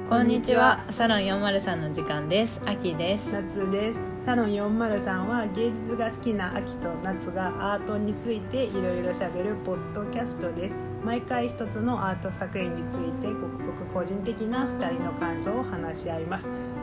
こんにちは。サロン403の時間です。あきです。 夏です。サロン403は芸術が好きなあきと夏がアートについていろいろしゃべるポッドキャストです。毎回一つのアート作品についてごくごく個人的な2人の感想を話し合います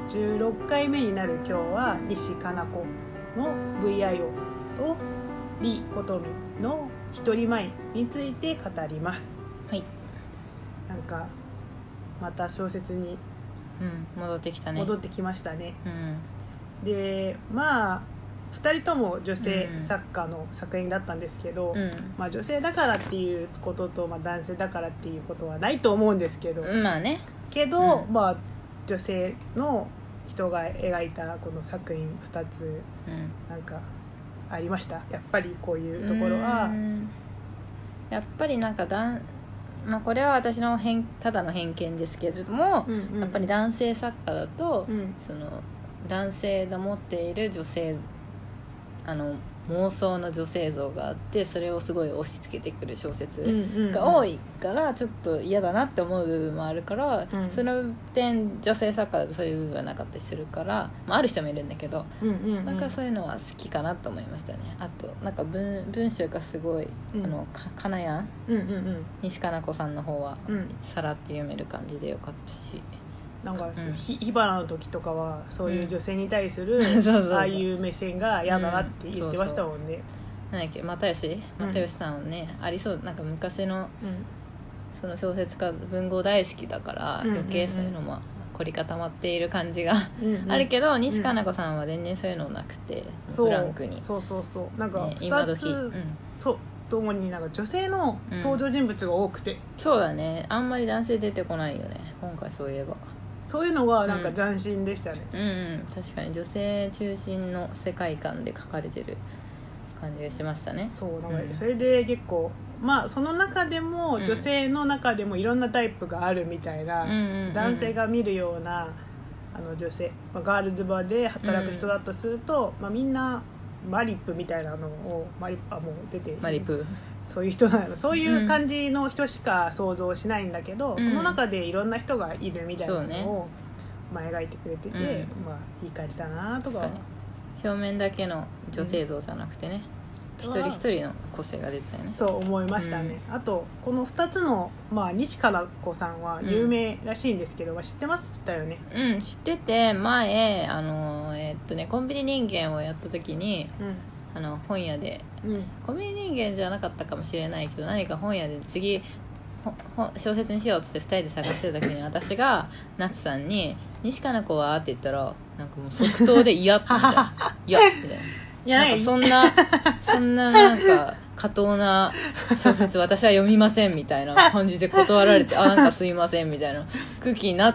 。16回目になる今日は西加奈子の VIO と李琴美の一人前について語ります。 はい。 なんかまた小説に戻ってきたね。 戻ってきましたね。でまあ2人とも女性作家の作品だったんですけど、まあ、女性だからっていうことと、まあ、男性だからっていうことはないと思うんですけど、 まあね、 けど、まあ、女性の人が描いたこの作品2つ、なんかありました。やっぱりこういうところはやっぱりなんかまあ、これは私のただの偏見ですけれども、やっぱり男性作家だと、その男性が持っている女性妄想の女性像があって、それをすごい押し付けてくる小説が多いからちょっと嫌だなって思う部分もあるから、その点女性作家だとそういう部分はなかったりするから、まあ、ある人もいるんだけど、なんかそういうのは好きかなと思いましたね。あとなんか文章がすごい、かなやん、西加奈子さんの方は、さらって読める感じでよかったし、 なんか火花の時とかはそういう女性に対する、ああいう目線が嫌だなって言ってましたもんね。 なんだっけ、又吉さんはね、ありそう。なんか昔の、その小説家文豪大好きだから、余計そういうのも凝り固まっている感じがあるけど、西加奈子さんは全然そういうのなくて、フランクにそうなんか2 今時、 つ、そうともになんか女性の登場人物が多くて、 そうだね、あんまり男性出てこないよね今回。そういえばそういうのはなんか斬新でしたね。 確かに女性中心の世界観で書かれてる感じがしましたね。 そうなんかそれで結構、まあその中でも女性の中でもいろんなタイプがあるみたいな、男性が見るような女性、ガールズバーで働く人だとすると、みんなマリップみたいなのをもう出てマリプそういう人なの、そういう感じの人しか想像しないんだけど、その中でいろんな人がいるみたいなのを、描いてくれてて、いい感じだなとか。 表面だけの女性像じゃなくてね、一人一人の個性が出てたよね。 そう思いましたね。あとこの2つの、西加奈子さんは有名らしいんですけど、知ってましたよね。 知ってて、前コンビニ人間をやった時に、本屋で、コンビニ人間じゃなかったかもしれないけど、何か本屋で次小説にしようっつって2人で探してる時に、私が夏さんに西加奈子はって言ったら、なんかもう即答で嫌って言ったいやみたいな、なんかそんななんか過当な小説私は読みませんみたいな感じで断られてなんかすいませんみたいな空気になって、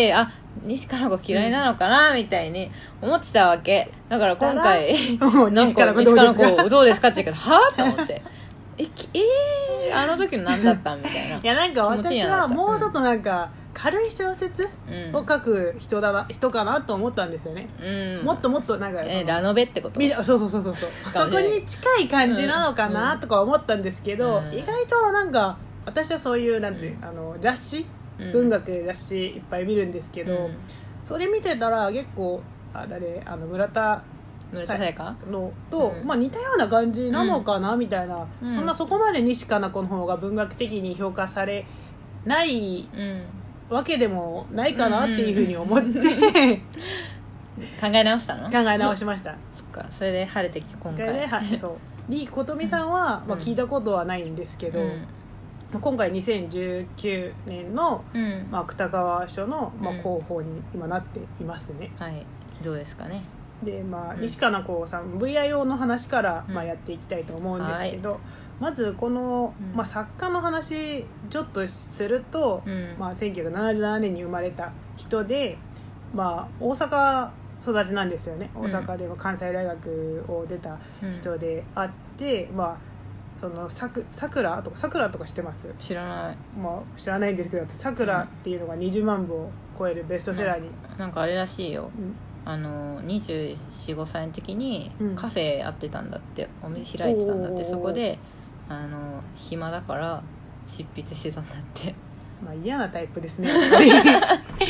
西加奈子嫌いなのかなみたいに思ってたわけだから、今回なんか西加奈子どうですかって言うからはぁと思ってあの時の何だったみたいな。 いやなんか私はもうちょっとなんか軽い小説を書く人かなと思ったんですよね。もっともっとなんかラノベってこと？ そうそこに近い感じなのかなとか思ったんですけど、意外となんか私はそういうなんて雑誌、文学雑誌いっぱい見るんですけど、それ見てたら結構村田沙耶香のと、似たような感じなのかなみたいな、そこまで西加奈子の方が文学的に評価されないわけでもないかなっていうふうに思って考え直したの？ 考え直しました。 それで晴れて今回そう李琴美さんは、聞いたことはないんですけど、今回2019年の、芥川賞の、候補に今なっていますね。 はい、どうですかね。 で西加奈子さん VIO の話から、やっていきたいと思うんですけど、まずこの、作家の話ちょっとすると、1977年に生まれた人で、大阪育ちなんですよね。大阪では関西大学を出た人であって、そのさくらとか知ってます？知らない。知らないんですけど、さくらっていうのが20万部を超えるベストセラーに、 なんかあれらしいよ、24、5歳の時にカフェやってたんだって、お店開いてたんだって、そこで暇だから執筆してたんだって。 嫌なタイプですね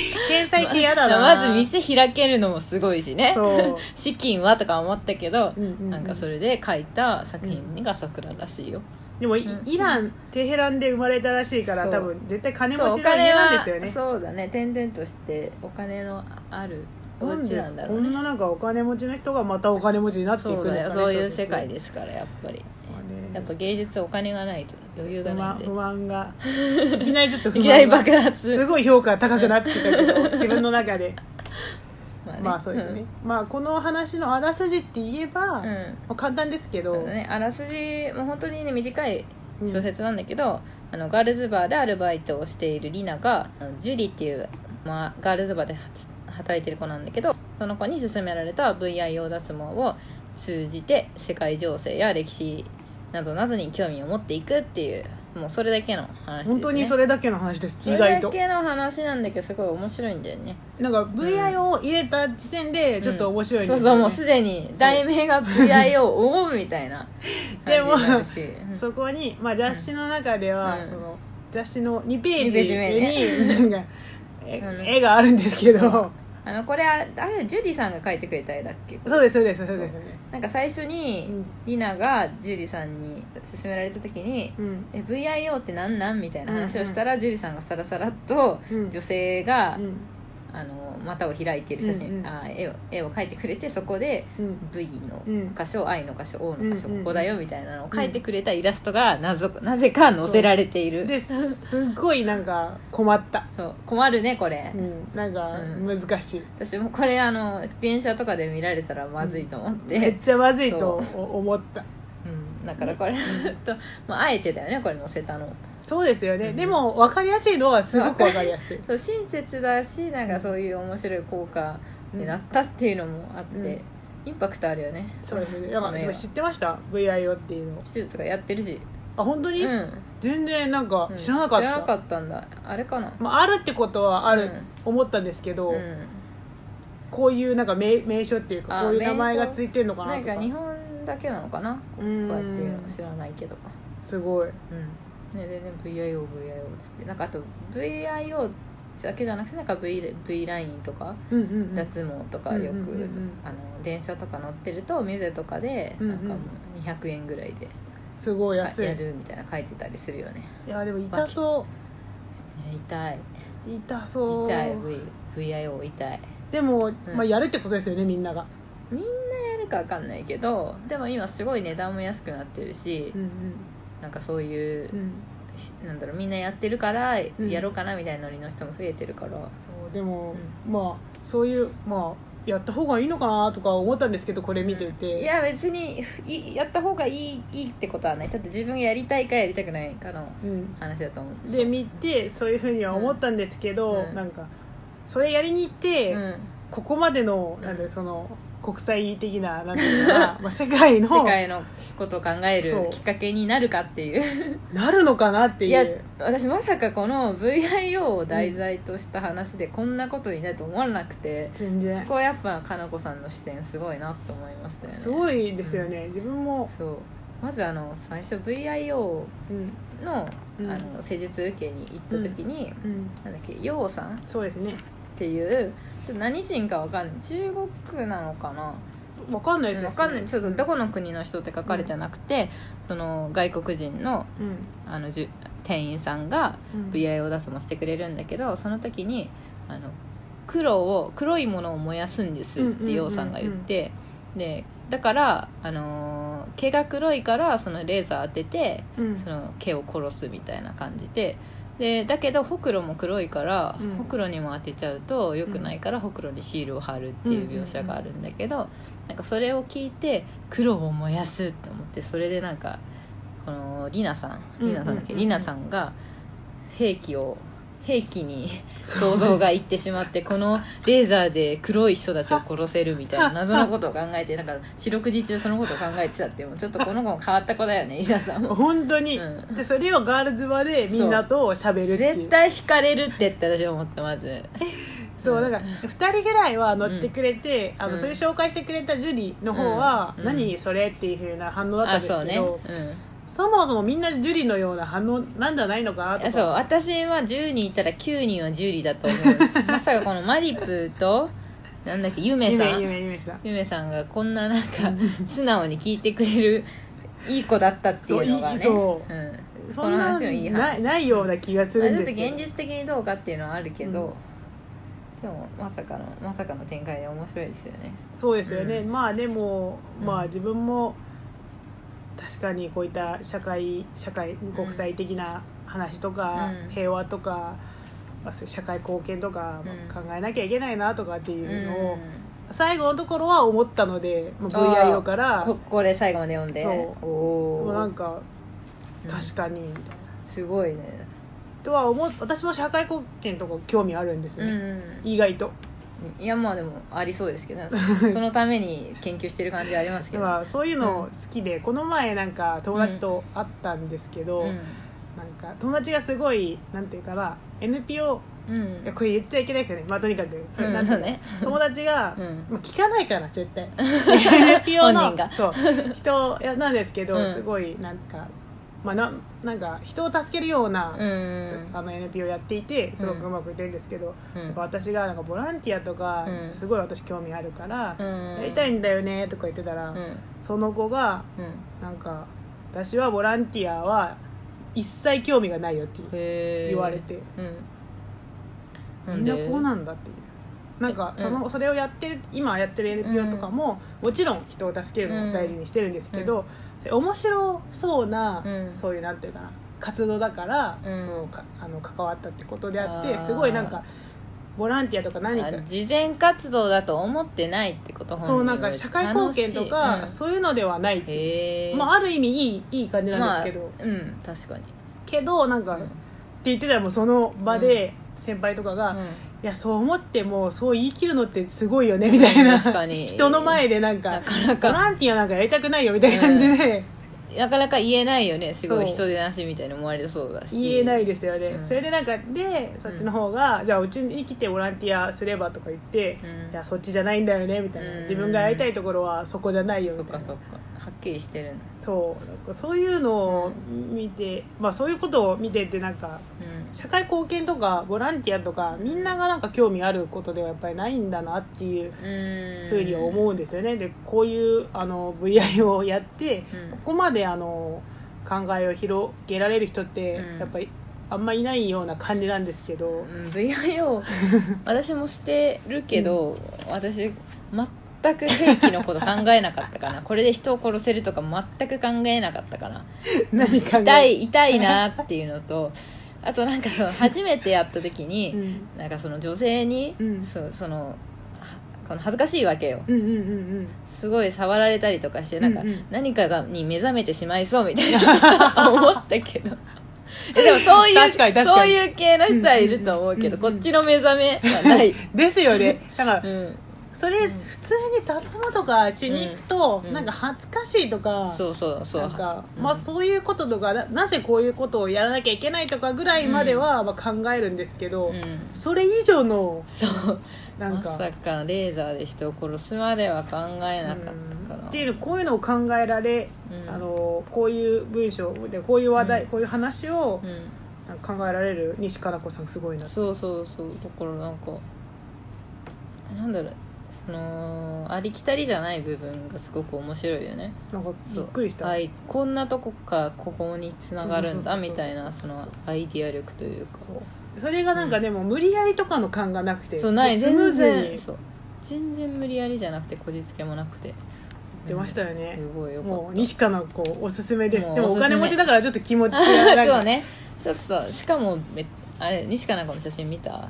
天才って嫌だな。 まず店開けるのもすごいしね。 そう資金はとか思ったけど、 うんうんうん、 なんかそれで書いた作品が桜らしいよ。 でもイラン、テヘランで生まれたらしいから、多分絶対金持ちの家なんですよね。 そうだね、転々としてお金のあるお家なんだろうね。 こんななんかお金持ちの人がまたお金持ちになっていくんですかね。 そういう世界ですからやっぱり、やっぱ芸術お金がないと余裕がないんで、 不満がいきなりちょっと不いきなり爆発、 すごい評価高くなってたけど自分の中でまあそうですね、まあこの話のあらすじって言えば、まあ、簡単ですけど、 ね、あらすじも本当にね短い小説なんだけど、ガールズバーでアルバイトをしているリナがジュリっていう、まあ、ガールズバーで働いてる子なんだけど、その子に勧められた VIO 脱毛を通じて世界情勢や歴史などなどに興味を持っていくっていう、もうそれだけの話ですね。 本当にそれだけの話です。 意外とそれだけの話なんだけどすごい面白いんだよね。 なんか VIO を入れた時点でちょっと面白いんですよね、 そうそう、もうすでに題名が VIO を追うみたいなでもそこに、まあ、雑誌の中では、その雑誌の2ページになんか絵があるんですけど、 これあれジュディさんが描いてくれた絵だっけ。 そうですそうですそうです。 なんか最初にリナがジュディさんに勧められた時に、VIO ってなんなんみたいな話をしたら、ジュディさんがさらさらっと女性が、股を開いている写真、絵を描いてくれて、そこで V の箇所、I の箇所、O の箇所、ここだよみたいなのを描いてくれたイラストがなぜか載せられている。 ですっごいなんか困った。 そう困るねこれ、 なんか難しい。 私もこれ電車とかで見られたらまずいと思って、 めっちゃまずいと思った。 だからこれと、まあ、あえてだよねこれ載せたの。 そうですよね、でも分かりやすいのはすごく分かりやすい親切だし、なんかそういう面白い効果になったっていうのもあって、インパクトあるよね。 そうですね。だから知ってました VIO っていうの。 手術がやってるし。 あ、本当に、全然なんか知らなかった、 知らなかったんだ。あれかな、 まあ、あるってことはある、思ったんですけど、こういうなんか 名称っていうかこういう名前がついてるのかなとか。 なんか日本だけなのかな、こうやっていうの知らないけど、 すごい、 ね、で VIO っつって、なんかあと VIO だけじゃなくて、なんか V ラインとか、脱毛とかよく電車とか乗ってると店とかでなんかもう200円ぐらいですごい安いやるみたいな書いてたりするよね。 いやでも痛そう、 痛そう、 VIO 痛い。 でも、まあ、やるってことですよね、みんなが。 みんなやるか分かんないけど、でも今すごい値段も安くなってるし、なんかそういう、なんだろう、みんなやってるからやろうかなみたいなノリの人も増えてるから、 そうでも、まあそういうまあやった方がいいのかなとか思ったんですけど、これ見てて、 いや別にやった方がいいってことはない。だって自分がやりたいかやりたくないかの話だと思う。 で見てそういうふうには思ったんですけど、なんかそれやりに行って、ここまでのなんでその国際的ななんていうかな、まあ世界のことを考えるきっかけになるかっていうなるのかなっていう。 いや私まさかこの VIO を題材とした話でこんなことになると思わなくて、 全然そこはやっぱかなこさんの視点すごいなと思いましたよね。 すごいですよね、自分も。 そうまず最初 VIO の、施術受けに行った時に、なんだっけ、ヨウさん、 そうですねっていうちょっと何人かわかんない、中国なのかな、 わかんないですよ、 わかんない、ちょっとどこの国の人って書かれてなくて、その外国人の、店員さんが VIO 脱毛してくれるんだけど、その時に黒いものを燃やすんですってヨウさんが言って、でだから毛が黒いからそのレーザー当てて、その毛を殺すみたいな感じでだけどほくろも黒いから、ほくろにも当てちゃうと良くないから、ほくろにシールを貼るっていう描写があるんだけど、なんかそれを聞いて黒を燃やすって思って、それでなんかこのリナさんが兵器に想像がいってしまって、このレーザーで黒い人たちを殺せるみたいな謎のことを考えて、なんか四六時中そのことを考えてたっていう、もうちょっとこの子も変わった子だよね、イナさんも本当に、でそれをガールズバーでみんなと喋るっていう、 絶対惹かれるって私思って、まずそうだから2人ぐらいは乗ってくれて、それ紹介してくれたジュリの方は、何それっていう風な反応だったんですけど、 そもそもみんなジュリのような反応なんじゃないのかなとか。 そう私は10人いたら9人はジュリだと思うんですまさかこのマリプとなんだっけゆめさんがこんななんか素直に聞いてくれるいい子だったっていうのがねそう、 この話のいい話ないような気がするんですけど、 ちょっと現実的にどうかっていうのはあるけど、でもまさかの展開で面白いですよね。 そうですよね、まあでも、まあ自分も確かにこういった社会国際的な話とか、平和とか、まあ、そういう社会貢献とか考えなきゃいけないなとかっていうのを、最後のところは思ったので、VIO からこれ最後まで読んでそうなんか確かにみたいな、 すごいねとは私も社会貢献とか興味あるんですよね、意外と。 いやまあでもありそうですけど、ね、そのために研究してる感じはありますけど、 まあ、そういうの好きで、この前なんか友達と会ったんですけど、なんか友達がすごいなんていうかな NPO、いやこれ言っちゃいけないですよね、まあ、とにかくそれなんて、ね、友達が、まあ、聞かないから絶対NPO の本人がそう人なんですけど、すごいなんか、まあ、なんか人を助けるような、NPO やっていてすごくうまくいってるんですけど、私がなんかボランティアとか、すごい私興味あるから、やりたいんだよねとか言ってたら、その子が、なんか私はボランティアは一切興味がないよって言われて、みんなこうなんだっていう、なんかそれを今やってる NPO とかも、もちろん人を助けるのを大事にしてるんですけど、面白そうな、そういうなんていうかな活動だから、関わったってことであって、すごいなんかボランティアとか何か慈善活動だと思ってないってこと。 そうなんか社会貢献とか、そういうのではないっていう、まあ、ある意味いい感じなんですけど、 確かにけどなんか、って言ってたらもうその場で先輩とかが、いやそう思ってもそう言い切るのってすごいよねみたいな、 確かに人の前でなんかボランティアなんかやりたくないよみたいな感じで、 なかなか言えないよね、すごい人でなしみたいに思われそうだし、 言えないですよね、それでなんかそっちの方が、じゃあうちに来てボランティアすればとか言って、いやそっちじゃないんだよねみたいな、自分がやりたいところはそこじゃないよみたいな、 そっかはっきりしてるんだ。 そういうのを見て、まあそういうことを見てて、なんか、社会貢献とかボランティアとかみんながなんか興味あることではやっぱりないんだなっていうふうには思うんですよね。でこういうVI をやって、ここまで考えを広げられる人ってやっぱりあんまいないような感じなんですけど、 VIO 私もしてるけど、私全く兵器のこと考えなかったかなこれで人を殺せるとか全く考えなかったかな何考え痛いなっていうのとあとなんか初めてやった時に、なんかその女性に、この恥ずかしいわけよ、すごい触られたりとかして、なんか何かに目覚めてしまいそうみたいな思ったけどでもそういう系の人はいると思うけど、こっちの目覚めはないですよね。だから、それ普通に脱毛とかしに行くと、なんか恥ずかしいとか、なんか、まあそういうこととか なぜこういうことをやらなきゃいけないとかぐらいまでは、まあ考えるんですけど、それ以上のなんかまさかレーザーで人を殺すまでは考えなかったから、 っていうこういうのを考えられ、こういう文章でこういう話題、こういう話を、考えられる西加奈子さんすごいな。 そうだからなんかなんだろう、ありきたりじゃない部分がすごく面白いよね。 なんかびっくりした。 こんなとこからここにつながるんだみたいな、そのアイディア力というか、 それがなんかでも無理やりとかの感がなくて、 ないスムーズに全然無理やりじゃなくてこじつけもなくて出ましたよね。 すごいよかった。 もう西加奈子おすすめです。でもお金持ちだからちょっと気持ちがそうね、ちょっとしかもあれ西加奈子の写真見てない。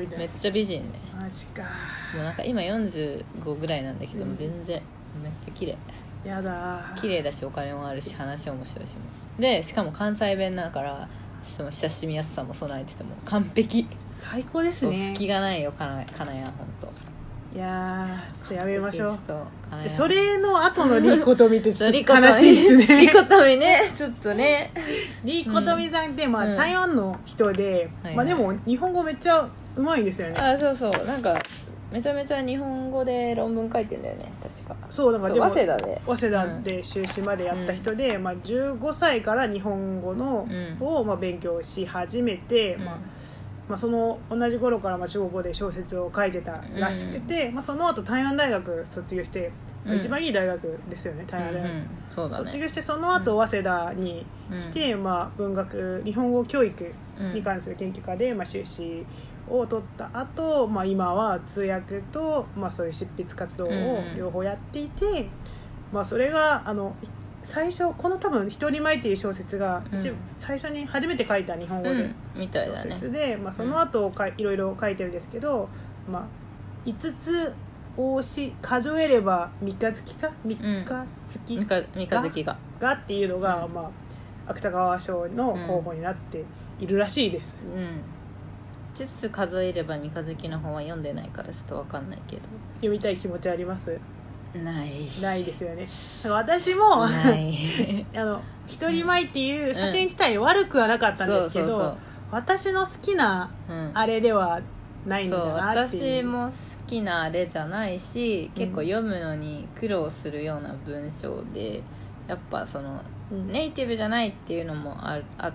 めっちゃ美人ね。 マジか。 もうなんか今45ぐらいなんだけども、全然めっちゃ綺麗。 やだ。 綺麗だしお金もあるし話面白いしで、しかも関西弁だからその親しみやすさも備えてても完璧。 最高ですね。 隙がないよかなや本当。 いやちょっとやめましょう。それの後のリコトミってちょっと悲しいですね。 リコトミね、ちょっとね。 リコトミさんって、まあ台湾の人で、まあでも日本語めっちゃうまいんですよね。 そうなんかめちゃめちゃ日本語で論文書いてんだよね確か。 そうなんかでも早稲田で修士までやった人で、15歳から日本語の、を勉強し始めて、その同じ頃から中国語で小説を書いてたらしくて、その後台湾大学卒業して、一番いい大学ですよね台湾大学、 そうだね、 卒業してその後早稲田に来て、文学日本語教育に関する研究科で、修士を取った後、今は通訳と、そういう執筆活動を両方やっていて、それが最初この多分「一人前」っていう小説が、最初に初めて書いた日本語で小説で、その後いろいろ書いてるんですけど、5つ数えれば三日月か三日月がっていうのが、芥川賞の候補になっているらしいです。 5つ数えれば三日月の本は読んでないからちょっと分かんないけど、 読みたい気持ちあります？ないですよね。私も一人前っていう作品自体悪くはなかったんですけど、私の好きなあれではないんだなっていう。 私も好きなあれじゃないし、結構読むのに苦労するような文章で、やっぱそのネイティブじゃないっていうのもあって、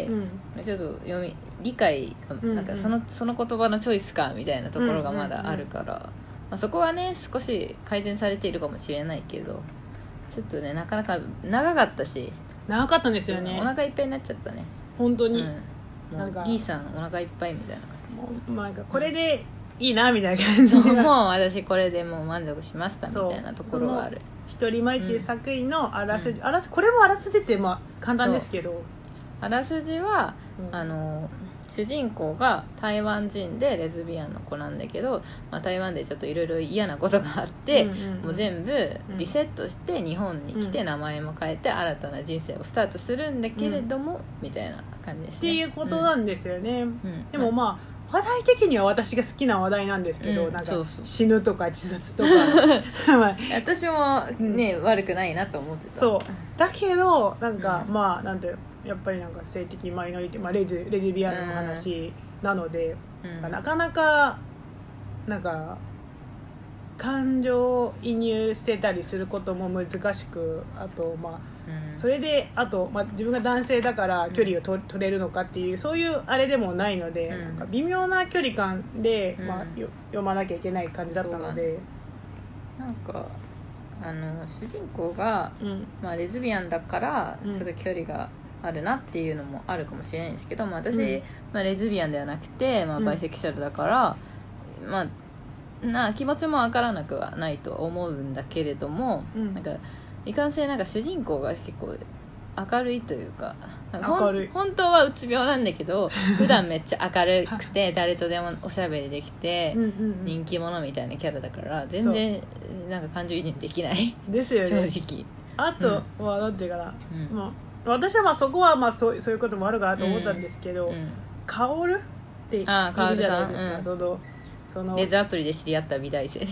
ちょっと理解なんかその言葉のチョイスかみたいなところがまだあるから、そこはね少し改善されているかもしれないけど、ちょっとねなかなか長かったし、 長かったんですよね。 お腹いっぱいになっちゃったね本当に、 もうギーさんお腹いっぱいみたいな、 もうこれでいいなみたいな感じで、 もう私これでもう満足しましたみたいなところはある。 一人前っていう作品のあらすじ、これもあらすじって簡単ですけど、 あらすじは、主人公が台湾人でレズビアンの子なんだけど、台湾でちょっといろいろ嫌なことがあって、もう全部リセットして日本に来て名前も変えて新たな人生をスタートするんだけれども、みたいな感じですね。っていうことなんですよね。でも話題的には私が好きな話題なんですけど、なんか死ぬとか自殺とか私もね、悪くないなと思ってた。 そうだけどなんか、なんてやっぱりなんか性的マイノリティ、レズビアンの話なので、なかなかなんか感情移入してたりすることも難しく、あとそれであと、自分が男性だから距離を取れるのかっていう、そういうあれでもないので、なんか微妙な距離感で、読まなきゃいけない感じだったので、 なんか主人公が、レズビアンだからちょっと距離があるなっていうのもあるかもしれないんですけど、私、レズビアンではなくて、バイセクシャルだから、気持ちも分からなくはないと思うんだけれども、なんかいかんせんなんか主人公が結構明るいというか、本当はうつ病なんだけど普段めっちゃ明るくて誰とでもおしゃべりできて人気者みたいなキャラだから、全然なんか感情移入できないですよね、 正直。 あとはなんていうかな、私はそこはそういうこともあるかなと思ったんですけど、薫っているじゃないですか、 レズアプリで知り合った美大生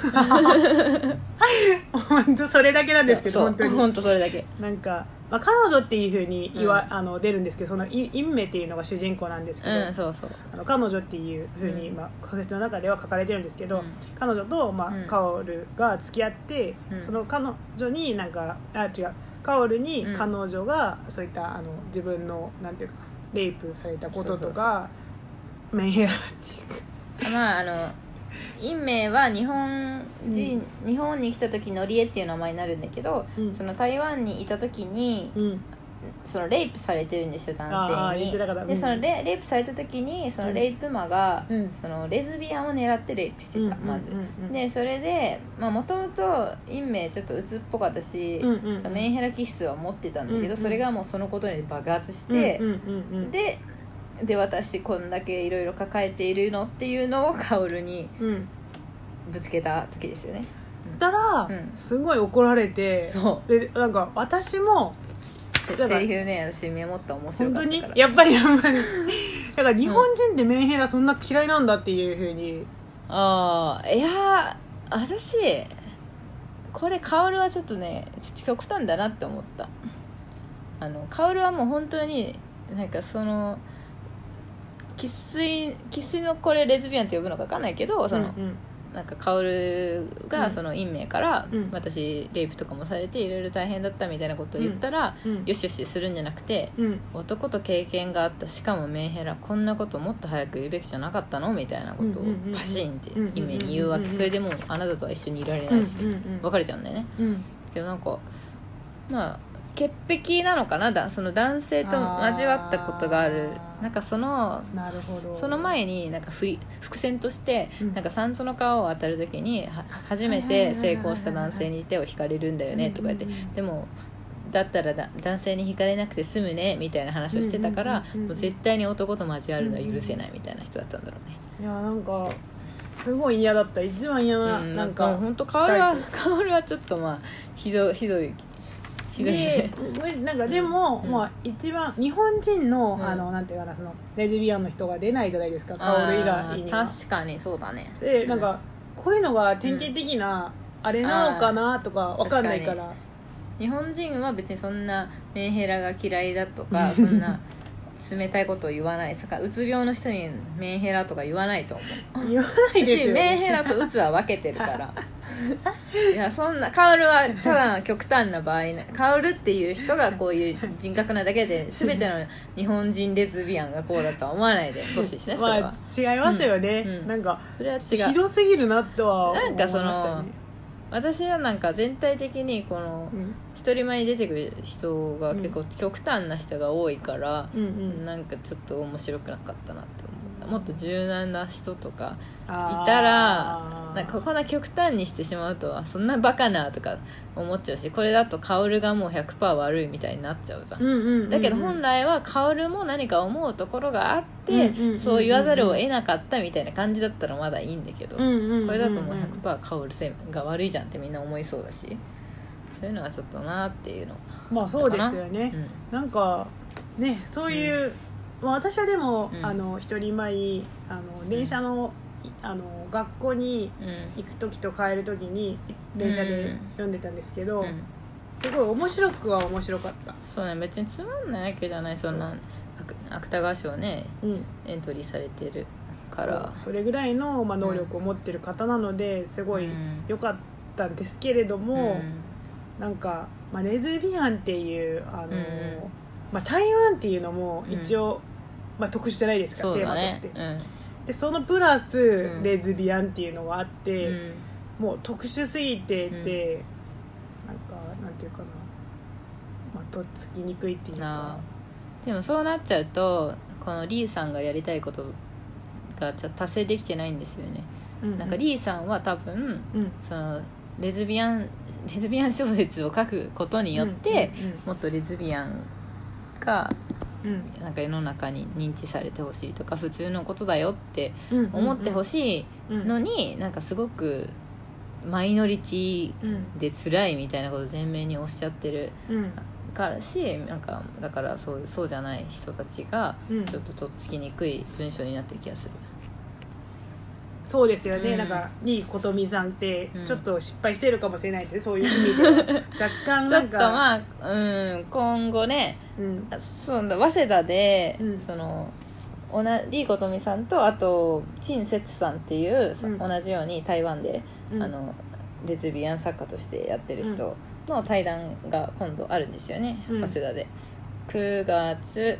本当それだけなんですけど、 本当それだけ。 なんか、彼女っていう風に出るんですけど、その陰名っていうのが主人公なんですけど、彼女っていう風に、小説の中では書かれてるんですけど、彼女と薫が付き合って、その彼女に薫に彼女がそういった自分のなんていうかレイプされたこととかメンヘラっていうか、 陰名は日本に来た時のりえっていう名前になるんだけど、その台湾にいた時に、そのレイプされてるんですよ、男性に。でそのレイプされた時にそのレイプ魔が、そのレズビアンを狙ってレイプしてた、まず。でそれでもともと陰名ちょっと鬱っぽかったし、そのメンヘラ気質は持ってたんだけど、それがもうそのことで爆発して、で私こんだけいろいろ抱えているのっていうのを薫にぶつけた時ですよね。 だからすごい怒られて、でなんか私もセリフね、私メモった面白かったから。 本当にやっぱりだから日本人ってメンヘラそんな嫌いなんだっていう風に、 いや私これ薫はちょっとね極端だなって思った。薫はもう本当になんかその生粋のこれレズビアンって呼ぶのか分かんないけど、その、 なんか薫がその陰明から、 うん、 私レイプとかもされていろいろ大変だったみたいなことを言ったら、よしよしするんじゃなくて、男と経験があった、しかもメンヘラ、こんなこともっと早く言うべきじゃなかったのみたいなことをパシンって陰明に言うわけ。それでもうあなたとは一緒にいられないし、別れちゃうんだよね。けどなんかまあ潔癖なのかな、その男性と交わったことがある。なんかその前になんか伏線として、なんか三途の川を渡るときに初めて成功した男性に手を引かれるんだよねとか言って、でもだったら男性に引かれなくて済むねみたいな話をしてたから、もう絶対に男と交わるのは許せないみたいな人だったんだろうね。 いやなんかすごい嫌だった。一番嫌な、なんか本当薫はちょっとまあひどいでなんかでも、まあ、一番日本人の、なんていうかな、そのレズビアンの人が出ないじゃないですか、薫以外には。 確かにそうだね。 でなんかこういうのが典型的な、あれなのかなとか分かんないから。 日本人は別にそんなメンヘラが嫌いだとかそんな冷たいことを言わない。うつ病の人にメンヘラとか言わないと思う。 言わないですよね。 メンヘラとうつは分けてるからいやそんな薫はただの極端な場合、薫っていう人がこういう人格なだけで全ての日本人レズビアンがこうだとは思わないでほしいしね。それは、 まあ、違いますよね、なんかそれは違う、広すぎるなとは思いましたね。なんかその私はなんか全体的にこの一人前に出てくる人が結構極端な人が多いから、なんかちょっと面白くなかったなって思う。もっと柔軟な人とかいたら、なんかこんな極端にしてしまうとそんなバカなとか思っちゃうし、これだと薫がもう 100% 悪いみたいになっちゃうじゃん。だけど本来は薫も何か思うところがあって、そう言わざるを得なかったみたいな感じだったらまだいいんだけど、これだともう 100% 薫が悪いじゃんってみんな思いそうだし、そういうのはちょっとなっていうの。 まあそうですよね、なんかね、そういう、私はでも、一人前電車の、学校に行く時と帰る時に電車で読んでたんですけど、すごい面白かった。 そうね、別につまんないわけじゃない。そんな芥川賞ね、エントリーされてるから、 それぐらいの、能力を持ってる方なのですごい良かったんですけれども、なんか、レズビアンっていう台湾っていうのも一応、特殊じゃないですか、テーマとして、でそのプラス、レズビアンっていうのがあって、もう特殊すぎてて、なんていうかな、とっつきにくいっていうか。 でもそうなっちゃうとこのリーさんがやりたいことが達成できてないんですよね。なんかリーさんは多分、そのレズビアン小説を書くことによって、もっとレズビアンがなんか世の中に認知されてほしいとか、普通のことだよって思ってほしいのに、なんかすごくマイノリティで辛いみたいなことを前面におっしゃってるからし、なんかだからそうじゃない人たちがちょっととっつきにくい文章になってる気がする。 そうですよね、なんかリー・コトミさんってちょっと失敗してるかもしれないって、そういう意味では若干なんかちょっと今後ね、そうだ、早稲田で、そのリー・コトミさんとあと陳節さんっていう、同じように台湾で、レズビアン作家としてやってる人の対談が今度あるんですよね、早稲田で9月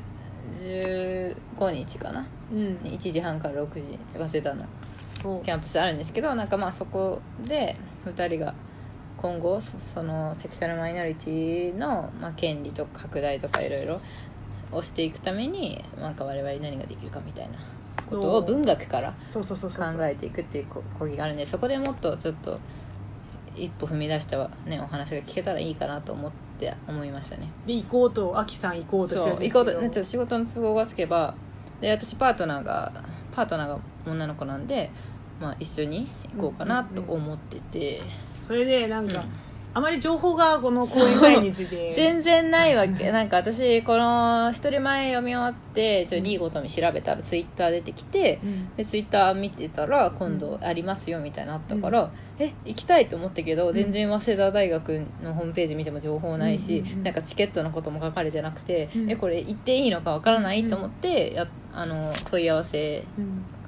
15日かな、1時半から6時早稲田のキャンパスあるんですけど、なんかそこで2人が今後そのセクシャルマイノリティの権利とか拡大とかいろいろをしていくために、なんか我々に何ができるかみたいなことを文学から考えていくっていう講義があるんで、そこでもっとちょっと一歩踏み出したねお話が聞けたらいいかなと思いましたね。 でアキさん行こうとしてるんですけど、 ちょっと仕事の都合がつけば、で私パートナーが女の子なんで、一緒に行こうかなと思ってて、 それでなんか、あまり情報がこの講演会について全然ないわけ。なんか私この一人前読み終わってリーゴトミ調べたらツイッター出てきて、でツイッター見てたら今度ありますよみたいなのあったから、行きたいと思ったけど、全然早稲田大学のホームページ見ても情報ないし、なんかチケットのことも書かれてなくて、これ行っていいのかわからないと思って問い合わせ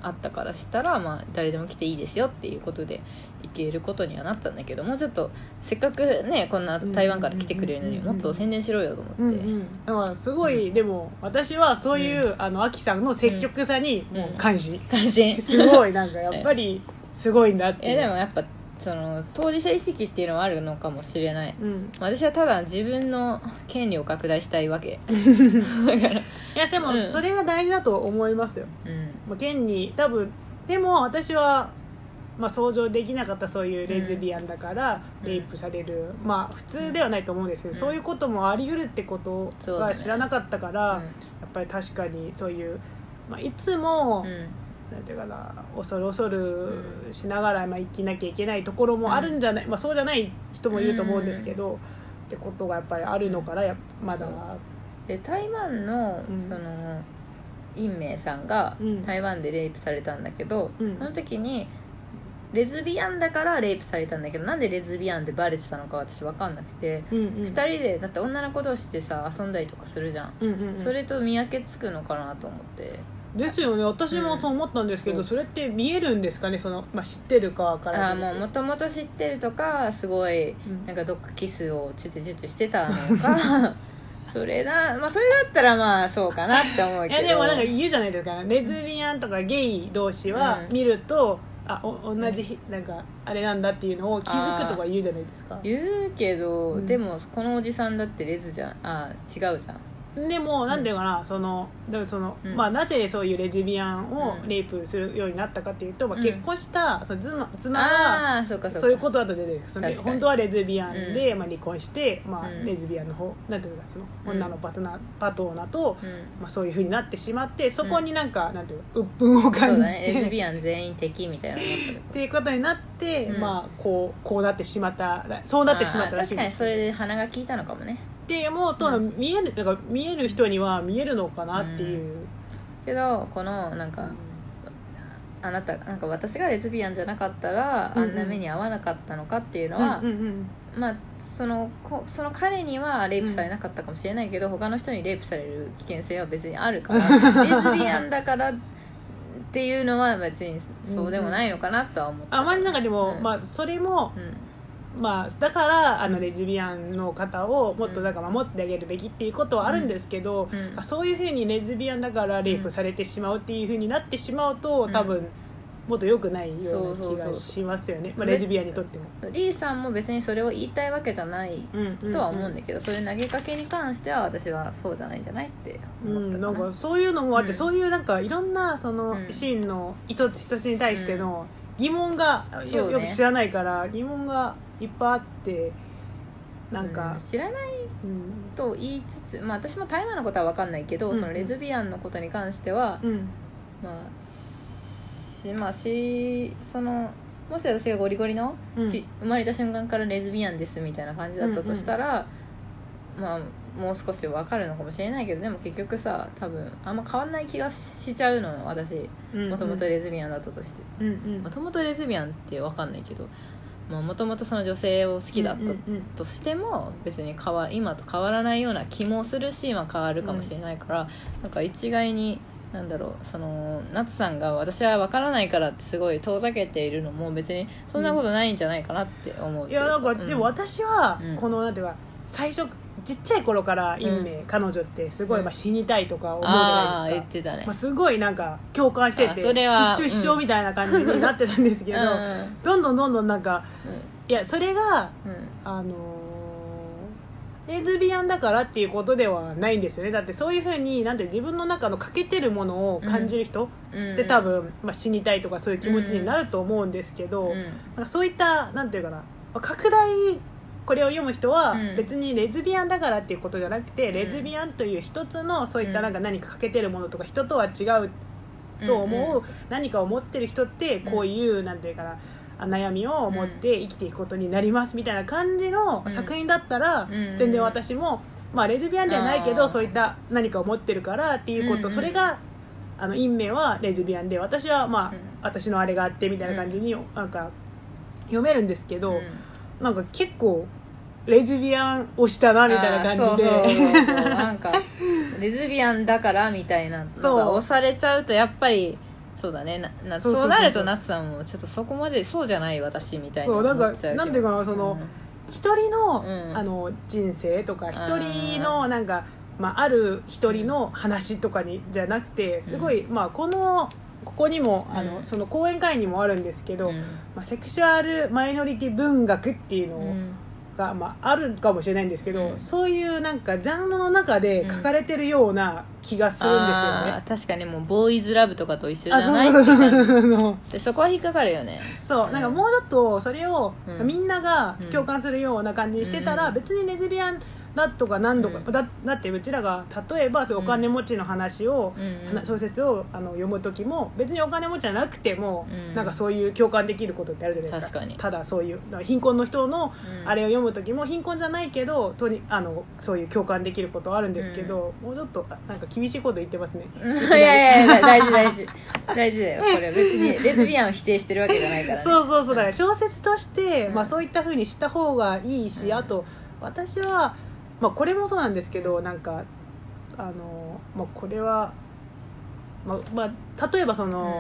あったからしたら、まあ、誰でも来ていいですよっていうことで行けることにはなったんだけど、もうちょっとせっかくねこんな台湾から来てくれるのにもっと宣伝しろよと思って、 だからすごい、でも私はそういう、アキさんの積極さにもう感心、すごいなんかやっぱりすごいんだってでもやっぱその当事者意識っていうのはあるのかもしれない、私はただ自分の権利を拡大したいわけだからいやでもそれが大事だと思いますよ、権利多分でも私は、想像できなかったそういうレズビアンだからレイプされる、普通ではないと思うんですけど、そういうこともあり得るってことが知らなかったから、やっぱり確かにそういう、いつも、なんていうかな、恐るしながら、生きなきゃいけないところもあるんじゃない、そうじゃない人もいると思うんですけど、ってことがやっぱりあるのからまだで台湾の、そのインメイさんが台湾でレイプされたんだけど、その時にレズビアンだからレイプされたんだけど、なんでレズビアンってバレてたのか私分かんなくて、2人でだって女の子同士でさ遊んだりとかするじゃん、それと見分けつくのかなと思って。 ですよね、私もそう思ったんですけど、それって見えるんですかね、その、知ってる側からもともと知ってるとか、すごいなんかどっかキスをチュチュチュチュしてたのかそれだったらそうかなって思うけど、 いやでもなんか言うじゃないですか、レズビアンとかゲイ同士は見ると、同じなんかあれなんだっていうのを気づくとか言うじゃないですか。 言うけど、でもこのおじさんだってレズじゃん、違うじゃん。 でもなんていうかな、なぜそういうレズビアンをレイプするようになったかっていうと、結婚したその妻はそういうことだったじゃないですか。本当はレズビアンで、離婚して、レズビアンの方なんていうかその女のパトーナと、そういう風になってしまって、そこになんか、なんていうか鬱憤を感じて、 レズビアン全員敵みたいなっていうことになって、こうなってしまってそうなってしまったらしいです。 確かにそれで鼻が利いたのかもねって思うと、見える人には見えるのかなっていう、 けどこのなんか、あなたなんか私がレズビアンじゃなかったら、あんな目に遭わなかったのかっていうのは、その彼にはレイプされなかったかもしれないけど、他の人にレイプされる危険性は別にあるからレズビアンだからっていうのは別にそうでもないのかなとは思った。 あまりなんかでも、それも、だからレズビアンの方をもっとだから守ってあげるべきっていうことはあるんですけど、そういうふうにレズビアンだからレイプされてしまうっていうふうになってしまうと、多分もっと良くないような気がしますよね、レズビアンにとっても。 リーさんも別にそれを言いたいわけじゃないとは思うんだけど、そういう投げかけに関しては私はそうじゃないんじゃないって思ったかな。 なんかそういうのもあって、そういうなんかいろんなそのシーンの一つ一つに対しての疑問が、よく知らないから疑問がいっぱいあって、なんか、 知らないと言いつつ、私も台湾のことは分かんないけど、そのレズビアンのことに関しては、そのもし私がゴリゴリの、生まれた瞬間からレズビアンですみたいな感じだったとしたら、もう少し分かるのかもしれないけど、でも結局さ、多分あんま変わんない気がしちゃうの私、もともとレズビアンだったとして、もともとレズビアンって分かんないけど、もともとその女性を好きだったとしても、別に今と変わらないような気もするし、変わるかもしれないから、なんか一概にその夏さんが私は分からないからってすごい遠ざけているのも別にそんなことないんじゃないかなって思う。 いやなんかでも私はこのなんていうか、最初ちっちゃい頃から彼女ってすごい死にたいとか思うじゃないですか。 言ってたね。 すごいなんか共感してて、 それは一緒みたいな感じになってたんですけど、どんどんなんか、いやそれが、レズビアンだからっていうことではないんですよね。だってそういうふうになんて自分の中の欠けてるものを感じる人って多分、死にたいとかそういう気持ちになると思うんですけど、なんかそういったなんていうかな、拡大これを読む人は別にレズビアンだからっていうことじゃなくて、レズビアンという一つのそういったなんか何か欠けてるものとか人とは違うと思う何かを持ってる人ってこういうなんていうかな、悩みを持って生きていくことになりますみたいな感じの作品だったら、全然私も、レズビアンではないけどそういった何かを持ってるからっていうこと、それが陰名はレズビアンで、私は私のあれがあってみたいな感じになんか読めるんですけど、なんか結構レズビアンをしたなみたいな感じで、 なんかレズビアンだからみたいなのが押されちゃうとやっぱりそうだねそうなると夏さんもちょっとそこまでそうじゃない私みたいな思っちゃうけど、 そうなんていうかな一人の、人生とか一人のなんか、ある一人の話とかにじゃなくてすごい、ここにもその講演会にもあるんですけど、セクシュアルマイノリティ文学っていうのが、あるかもしれないんですけど、そういうなんかジャンルの中で書かれてるような気がするんですよね。 確かにもうボーイズラブとかと一緒じゃないって感じで、そこは引っかかるよね。 そう、なんかもうちょっとそれをみんなが共感するような感じにしてたら、別にレズビアンだとか何度か、だってうちらが例えばそういうお金持ちの話を、小説を読む時も別にお金持ちじゃなくても、なんかそういう共感できることってあるじゃないですか。 確かに。 ただそういう貧困の人のあれを読む時も貧困じゃないけどそういう共感できることはあるんですけど、もうちょっとなんか厳しいこと言ってますね。 いや大事だよ。これ別にレズビアンを否定してるわけじゃないからね。 そうだから小説として、そういった風にした方がいいし、あと私はこれもそうなんですけど、なんかこれは例えば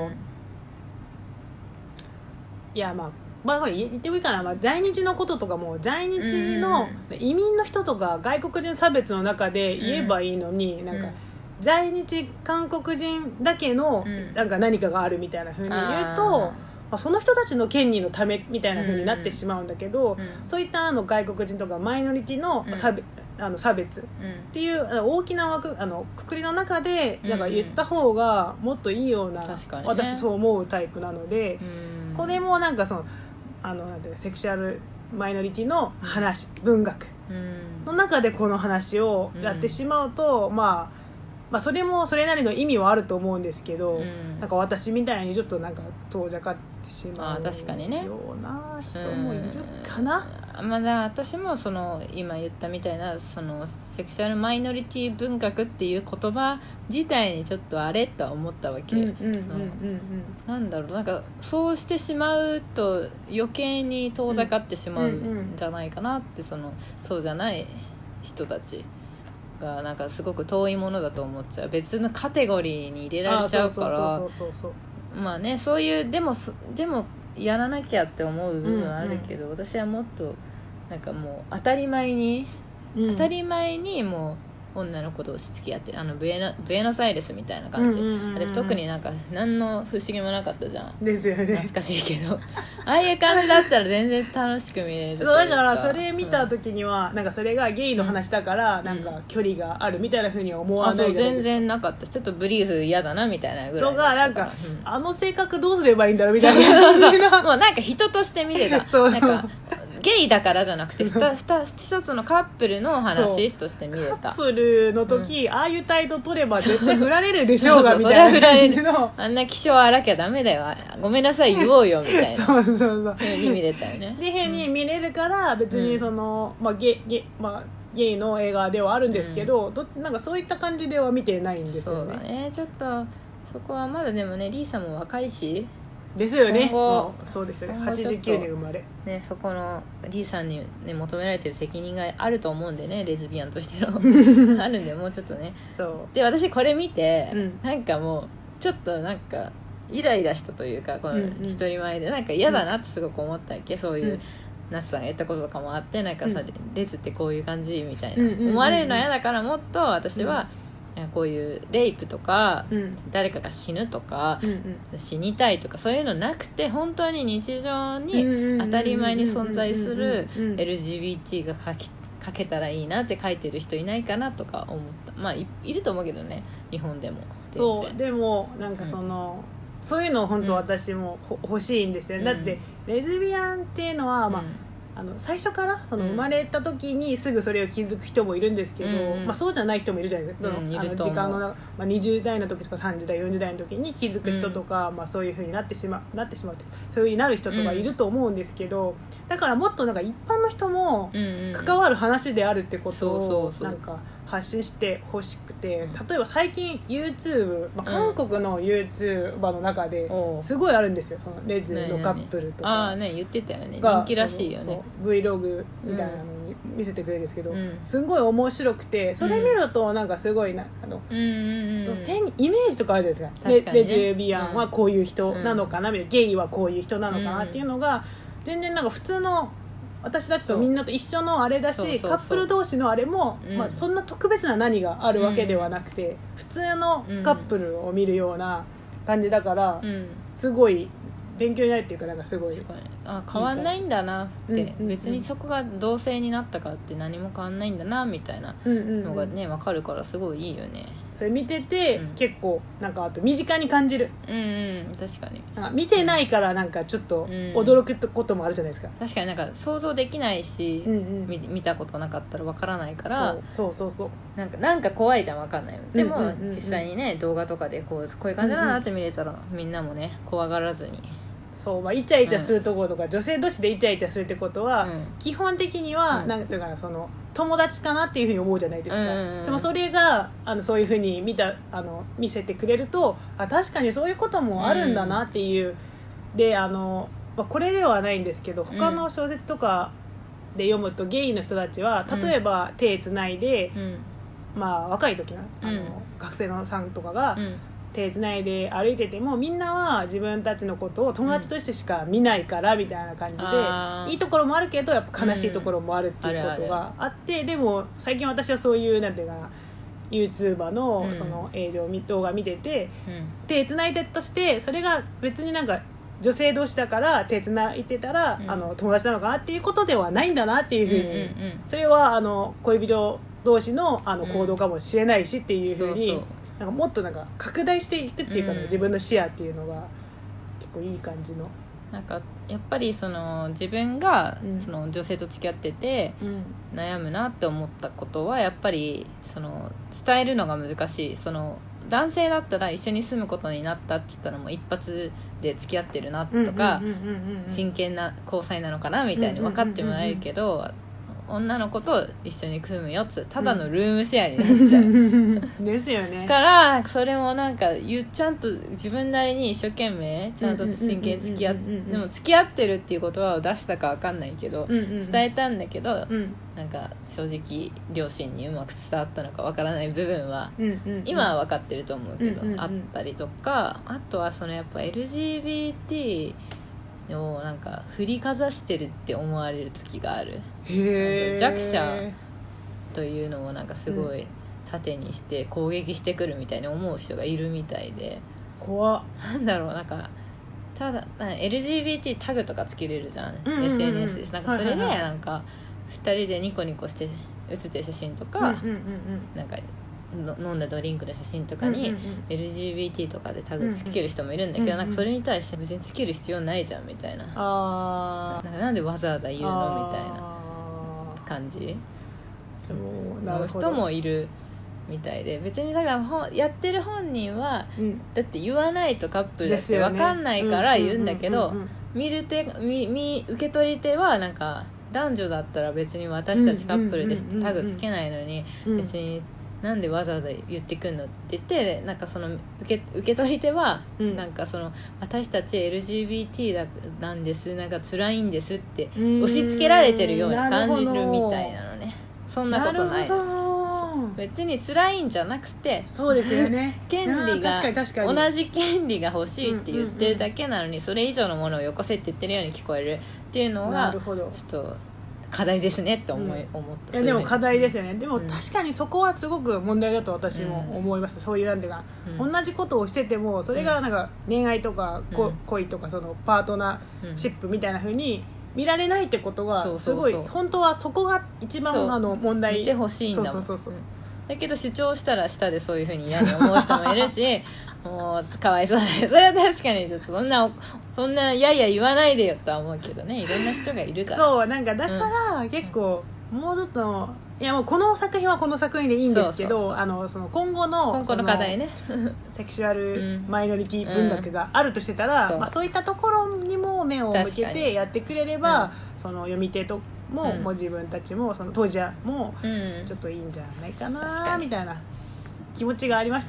いや言ってもいいかな、在日のこととかも在日の移民の人とか外国人差別の中で言えばいいのに、なんか在日韓国人だけのなんか何かがあるみたいな風に言うと、その人たちの権利のためみたいな風になってしまうんだけど、そういった外国人とかマイノリティの差別っていう大きなくくりの中でなんか言った方がもっといいような、私そう思うタイプなので、これもなんかなんていうかセクシュアルマイノリティの話、文学の中でこの話をやってしまうと、それもそれなりの意味はあると思うんですけど、なんか私みたいにちょっとなんか遠ざかってしまうような人もいるかな。 私も今言ったみたいなセクシュアルマイノリティ文学っていう言葉自体にちょっとあれとは思ったわけ。なんだろう、なんかそうしてしまうと余計に遠ざかってしまうんじゃないかなって、そうじゃない人たちがなんかすごく遠いものだと思っちゃう。別のカテゴリーに入れられちゃうから、そういうでもやらなきゃって思う部分はあるけど、私はもっとなんかもう当たり前にもう女の子同士付き合ってるブエノスアイレスみたいな感じ、あれ特になんか何の不思議もなかったじゃん。 ですよね。 懐かしいけどああいう感じだったら全然楽しく見れる。 そうだからそれ見た時には、なんかそれがゲイの話だから、なんか距離があるみたいな風には思わないけど、 全然なかったし、ちょっとブリーフ嫌だなみたいなぐらいとか、なんか、性格どうすればいいんだろうみたいな感じのもうなんか人として見れたなんかゲイだからじゃなくて一つのカップルの話として見れた。 カップルの時、ああいう態度取れば絶対振られるでしょうがみたいな感じのあんな気性荒きゃダメだよ、ごめんなさい言おうよみたいなそうに見れたよね。 で変に見れるから別にゲイの映画ではあるんですけど、なんかそういった感じでは見てないんですよね。 そうだね、ちょっとそこはまだでもね、リーさんも若いしですよね。そうですよね。89年生まれね、そこのリーさんに、ね、求められてる責任があると思うんでね、レズビアンとしてのあるんで、もうちょっとね。で私これ見て、なんかもうちょっとなんかイライラしたというか、この一人前でなんか嫌だなってすごく思ったっけ、そういうナスさんが言ったこととかもあって、なんかさ、レズってこういう感じみたいな思われるのは嫌だから、もっと私は、こういうレイプとか、誰かが死ぬとか、死にたいとかそういうのなくて、本当に日常に当たり前に存在する LGBT が書けたらいいなって書いてる人いないかなとか思った。いると思うけどね、日本でも。 そうでもなんかそういうのを本当私も欲しいんですよ、だってレズビアンっていうのは、最初から生まれた時にすぐそれを気づく人もいるんですけど、そうじゃない人もいるじゃないですか。時間の20代の時とか30代40代の時に気づく人とか、そういう風になってしまうってそういう風になる人とかいると思うんですけど、だからもっとなんか一般の人も関わる話であるってことをなんか発信してほしくて、例えば最近 YouTube、韓国の YouTuber の中ですごいあるんですよ、そのレズのカップルとか言ってたよね、人気らしいよね。 Vlog みたいなのに見せてくれるんですけど、 うん、 すごい面白くて、それ見るとなんかすごいなイメージとかあるじゃないですか。 確かにね、 レズビアンはこういう人なのかな、ゲイはこういう人なのかなっていうのが全然なんか普通の私たちとみんなと一緒のあれだし、カップル同士のあれも、そんな特別な何があるわけではなくて、普通のカップルを見るような感じだから、すごい勉強になるっていうか、なんかすごい変わんないんだなって、別にそこが同性になったからって何も変わんないんだなみたいなのがね、分かるからすごいいいよね。 それ見てて、結構なんかあと身近に感じる。 確かになんか見てないからなんかちょっと驚くこともあるじゃないですか。 確かになんか想像できないし、見たことなかったらわからないから、 そうなんか怖いじゃん、わかんない。でも、実際にね動画とかでこういう感じだなって見れたら、みんなもね怖がらずに。 そう、イチャイチャするところとか、女性同士でイチャイチャするってことは、基本的には、なんていうかな、その友達かなっていうふうに思うじゃないですか。でもそれがそういうふうに見せてくれると、確かにそういうこともあるんだなっていう、でこれではないんですけど、他の小説とかで読むと、ゲイの人たちは例えば手つないで、若い時の学生のさんとかが、手つないで歩いてても、みんなは自分たちのことを友達としてしか見ないからみたいな感じで、いいところもあるけどやっぱ悲しいところもあるっていうことがあって、でも最近私はそういうなんていうかな、YouTuber のその動画見てて、手つないでとして、それが別になんか女性同士だから手つないでたら、友達なのかなっていうことではないんだなっていうふうに、それは恋人同士の行動かもしれないしっていうふうに、なんかもっとなんか拡大していくっていうか、自分の視野っていうのが結構いい感じの。 なんかやっぱりその自分がその女性と付き合ってて悩むなって思ったことは、やっぱりその伝えるのが難しい。その男性だったら一緒に住むことになったって言ったら、もう一発で付き合ってるなとか、真剣な交際なのかなみたいに分かってもらえるけど、女の子と一緒に住むよってただのルームシェアになっちゃう、 ですよね。 からそれもなんかちゃんと自分なりに一生懸命ちゃんと真剣に付き合って、でも付き合ってるっていう言葉を出したか分かんないけど、伝えたんだけど、なんか正直両親にうまく伝わったのか分からない部分は、今は分かってると思うけど、あったりとか、あとはそのやっぱ LGBTをなんか振りかざしてるって思われる時がある。弱者というのをなんかすごい盾にして攻撃してくるみたいに思う人がいるみたいで、 怖っ。 なんだろう、なんかただLGBT タグとかつけれるじゃん、SNS です。なんかそれでなんか2人でニコニコして写ってる写真とか、なんか飲んだドリンクの写真とかに LGBT とかでタグつける人もいるんだけど、なんかそれに対して別につける必要ないじゃんみたいな、なんでわざわざ言うのみたいな感じの人もいるみたいで、別にだからやってる本人は、だって言わないとカップルだって分かんないから言うんだけど、受け取り手はなんか男女だったら別に私たちカップルですってタグつけないのに、別になんでわざわざ言ってくんのって言って、なんかその受け取り手は、なんかその私たち LGBT なんです、なんか辛いんですって押し付けられてるように感じるみたいなのね。そんなことない。別に辛いんじゃなくて、 そうですよね、 権利が同じ権利が欲しいって言ってるだけなのに、それ以上のものをよこせって言ってるように聞こえるっていうのがちょっと課題ですねって思った。 いやでも課題ですよね。でも確かにそこはすごく問題だと私も思いました。そういうなんていうか、同じことをしててもそれがなんか恋愛とか恋とかそのパートナーシップみたいな風に見られないってことがすごい、本当はそこが一番問題。 見てほしいんだもん。だけど主張したら下でそういう風に嫌に思う人もいるしもうかわいそうで、それは確かにちょっとそんなやいや言わないでよとは思うけどね、いろんな人がいるから。 そうなんかだから結構、もうちょっといやもうこの作品はこの作品でいいんですけど、その今後の課題ねセクシュアルマイノリティ文学があるとしてたら、そういったところにも目を向けてやってくれれば、その読み手ともう自分たちもその当時はもうちょっといいんじゃないかなみたいな気持ちがありましたね。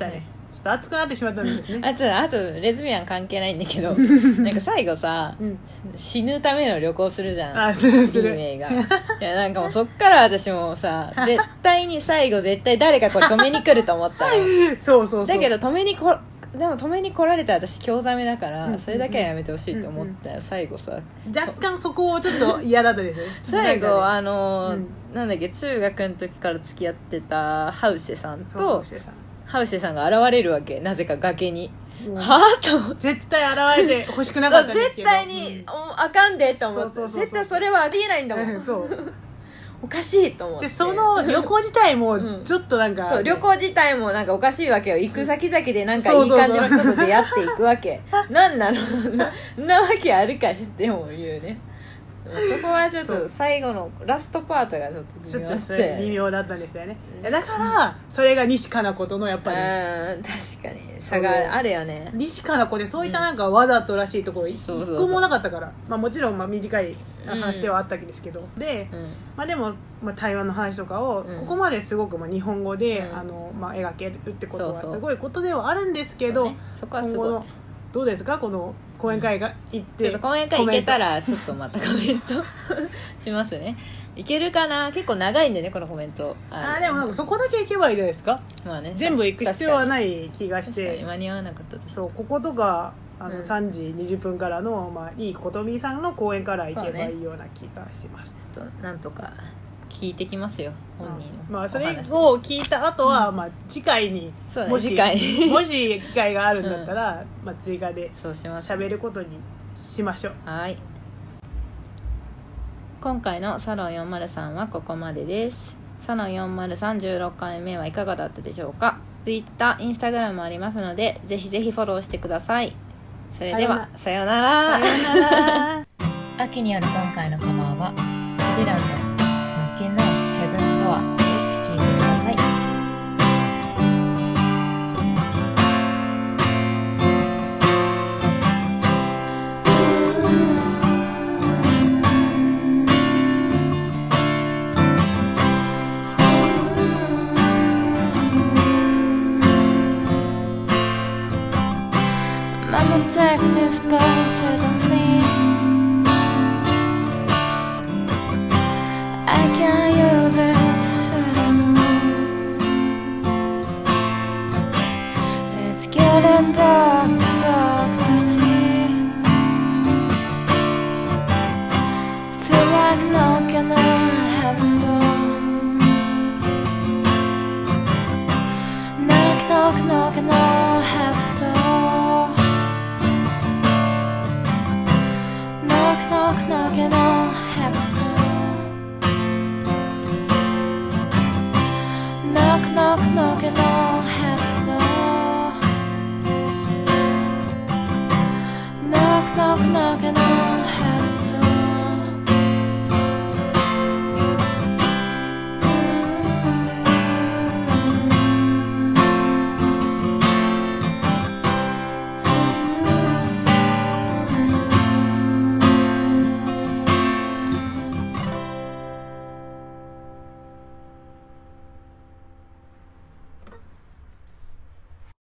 ちょっと熱くなってしまったんですね。 あとレズビアン関係ないんだけどなんか最後さ、死ぬための旅行するじゃん。 あ、するする。 リーメイがいやなんかもうそっから私もさ絶対に最後絶対誰かこれ止めに来ると思ったのそうだけど止めに来られたら私興ざめだから、それだけはやめてほしいと思ったら、最後さ若干そこをちょっと嫌だったですね最後なんだっけ、中学の時から付き合ってたハウシェさんとハウシェさんが現れるわけ、なぜか崖に。はぁと思って、 絶対現れて欲しくなかったんですけど絶対に、あかんでと思って、絶対それはありえないんだもんそうおかしいと思って。 でその旅行自体もちょっとなんか、 そう旅行自体もなんかおかしいわけよ。行く先々でなんかいい感じの人と出会っていくわけなんなのなわけあるかっても言うね。そこはちょっと最後のラストパートがちょっと微妙だったんですよね。だからそれが西加奈子とのやっぱり確かに差があるよね。 西加奈子でそういったなんかわざとらしいところ一個もなかったから、まあ、もちろんまあ短い話ではあったわけですけど、で、まあ、でも、まあ、台湾の話とかをここまですごくまあ日本語で、まあ、描けるってことはすごいことではあるんですけど、 そこはすごい。 どうですかこの講演会が行って、 ちょっと講演会行けたらちょっとまたコメントしますね。いけるかな。結構長いんでねこのコメント。 でもなんかそこだけ行けばいいじゃないですか。 まあね、 全部行く必要はない気がして、 確かに間に合わなかったとして、 そうこことか3時20分からの、まあ、いいことみさんの講演から行けばいいような気がします。 ちょっとなんとか聞いてきますよ本人の。 まあそれを聞いた後は、まあ次回にもし機会があるんだったら、まあ追加で喋ることにしましょう。 はい。今回のサロン403はここまでです。サロン40316回目はいかがだったでしょうか。Twitter、Instagram もありますのでぜひぜひフォローしてください。それではさようなら。秋による今回のカバーはディランの木のヘブンスドアです。聴いてください。Mama, take this portrait of me. I can't use it anymore. It's getting dark to see. Feel like knocking on heaven's door. Knock, knock, knocking on heaven's door. Knock, knock, knocking on heaven's door.